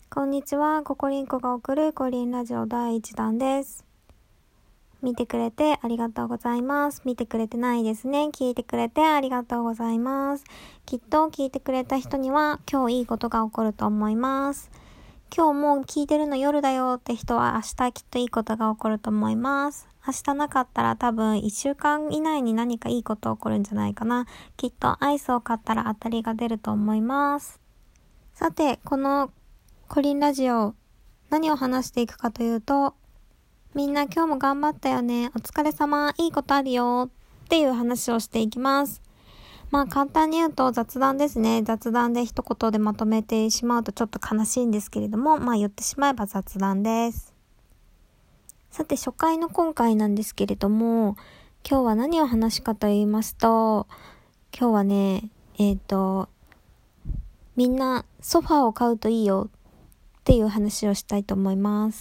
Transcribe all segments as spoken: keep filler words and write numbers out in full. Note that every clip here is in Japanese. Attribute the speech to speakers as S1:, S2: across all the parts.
S1: こんにちは、ココリンコが送るコリンラジオだいいちだんです。見てくれてありがとうございます。見てくれてないですね。聞いてくれてありがとうございます。きっと聞いてくれた人には今日いいことが起こると思います。今日もう聞いてるの夜だよって人は明日きっといいことが起こると思います。明日なかったら多分いっしゅうかん以内に何かいいこと起こるんじゃないかな。きっとアイスを買ったら当たりが出ると思います。さて、このコリンラジオ、何を話していくかというと、みんな今日も頑張ったよね、お疲れ様、いいことあるよっていう話をしていきます。まあ簡単に言うと雑談ですね。雑談で一言でまとめてしまうとちょっと悲しいんですけれども、まあ言ってしまえば雑談です。さて初回の今回なんですけれども、今日は何を話すかと言いますと、今日はね、えっと、みんなソファーを買うといいよっていう話をしたいと思います。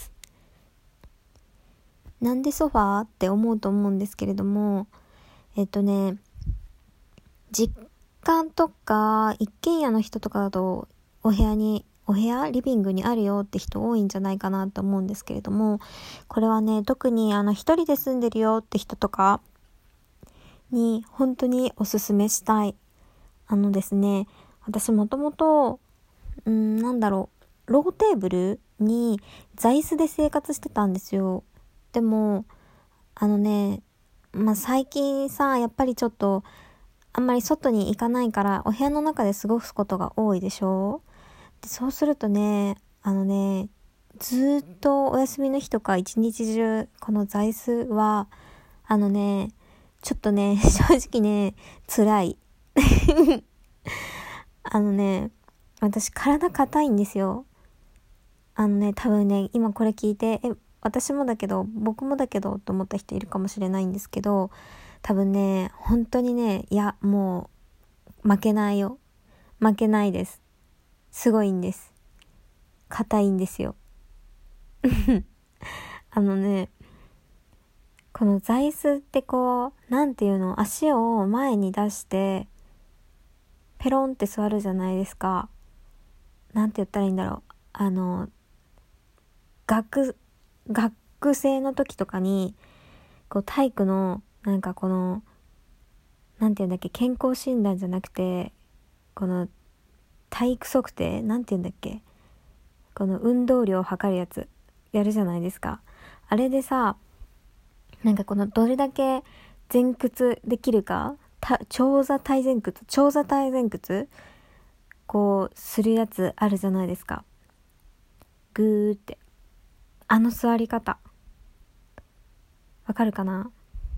S1: なんでソファーって思うと思うんですけれども、えっとね、実家とか一軒家の人とかだとお部屋に、お部屋リビングにあるよって人多いんじゃないかなと思うんですけれども、これはね、特にあの一人で住んでるよって人とかに本当におすすめしたい。あのですね、私もともと、うーん、なんだろう、ローテーブルに座椅子で生活してたんですよ。でも、あのね、まあ、最近さ、やっぱりちょっと、あんまり外に行かないから、お部屋の中で過ごすことが多いでしょ？で、そうするとね、あのね、ずーっとお休みの日とか一日中、この座椅子は、あのね、ちょっとね、正直ね、辛い。あのね、私体硬いんですよ。あのね、多分ね、今これ聞いて、え、私もだけど、僕もだけど、と思った人いるかもしれないんですけど、多分ね、本当にね、いや、もう、負けないよ。負けないです。すごいんです。硬いんですよ。あのね、この座椅子ってこう、なんていうの、足を前に出して、ペロンって座るじゃないですか。なんて言ったらいいんだろう。あの、学、学生の時とかに、こう体育の、なんかこの、なんていうんだっけ、健康診断じゃなくて、この体育測定なんていうんだっけ、この運動量を測るやつ、やるじゃないですか。あれでさ、なんかこのどれだけ前屈できるか、た長座体前屈、長座体前屈こうするやつあるじゃないですか。ぐーって。あの座り方。わかるかな？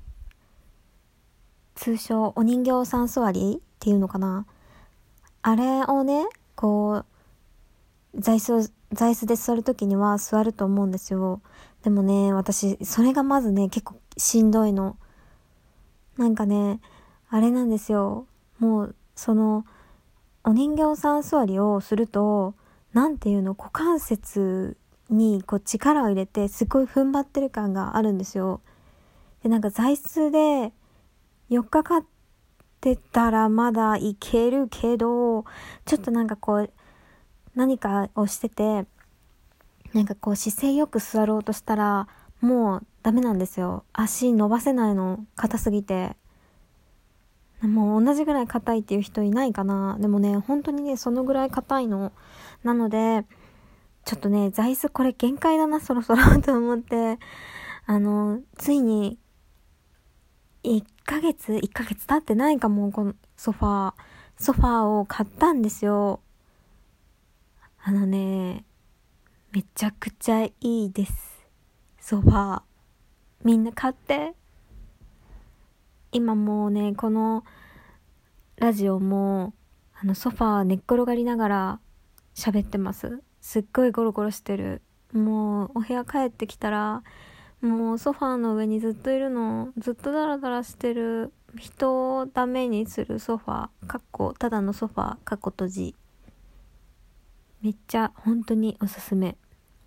S1: 通称お人形さん座りっていうのかな。あれをね、こう座椅子を座椅子で座るときには座ると思うんですよ。でもね、私それがまずね結構しんどいの。なんかね、あれなんですよ。もうそのお人形さん座りをすると、なんていうの、股関節にこう力を入れてすごい踏ん張ってる感があるんですよ。で、なんか座椅子でよっかかってたらまだいけるけど、ちょっとなんかこう何かをしてて、なんかこう姿勢よく座ろうとしたらもうダメなんですよ。足伸ばせないの、硬すぎて。もう同じぐらい硬いっていう人いないかな。でもね、本当にね、そのぐらい硬いの。なので、ちょっとね、座椅子これ限界だな、そろそろと思って、あの、ついに、いっかげつ ?いっ ヶ月経ってないかも、このソファー。ソファーを買ったんですよ。あのね、めちゃくちゃいいです。ソファー。みんな買って。今もうね、このラジオも、あのソファー寝っ転がりながら喋ってます。すっごいゴロゴロしてる。もうお部屋帰ってきたら、もうソファーの上にずっといるの。ずっとダラダラしてる。人をダメにするソファー。かっこ、ただのソファー。かっこ閉じ。めっちゃ本当におすすめ。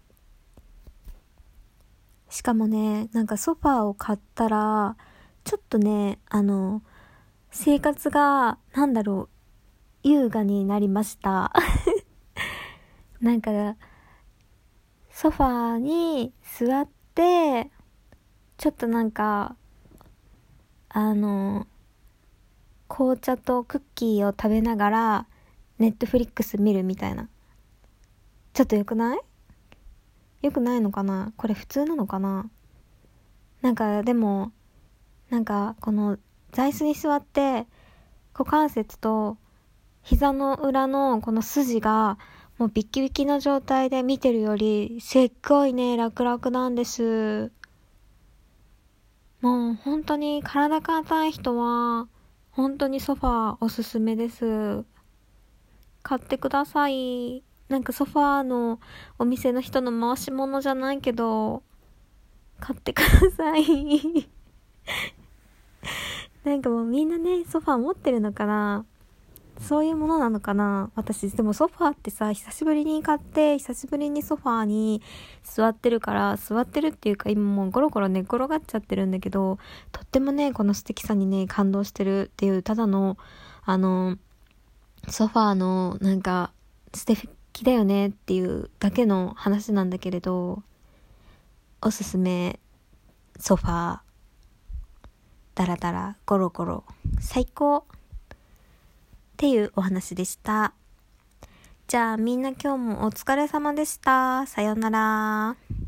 S1: しかもね、なんかソファーを買ったら、ちょっとね、あの、生活が、なんだろう、優雅になりました。なんか、 ソファーに座ってちょっとなんかあの紅茶とクッキーを食べながらネットフリックス見るみたいな。ちょっとよくない？よくないのかな？これ普通なのかな？なんかでもなんかこの座椅子に座って股関節と膝の裏のこの筋がもうビッキビキの状態で見てるよりすっごいね楽々なんです。もう本当に体硬い人は本当にソファーおすすめです。買ってください。なんかソファーのお店の人の回し物じゃないけど買ってください。なんかもうみんなねソファー持ってるのかな、そういうものなのかな。私でもソファーってさ久しぶりに買って久しぶりにソファーに座ってるから座ってるっていうか今もうゴロゴロ寝っ転がっちゃってるんだけど、とってもねこの素敵さにね感動してるっていうただのあのソファーのなんか素敵だよねっていうだけの話なんだけれど、おすすめソファーだらだらゴロゴロ最高っていうお話でした。じゃあみんな今日もお疲れ様でした。さようなら。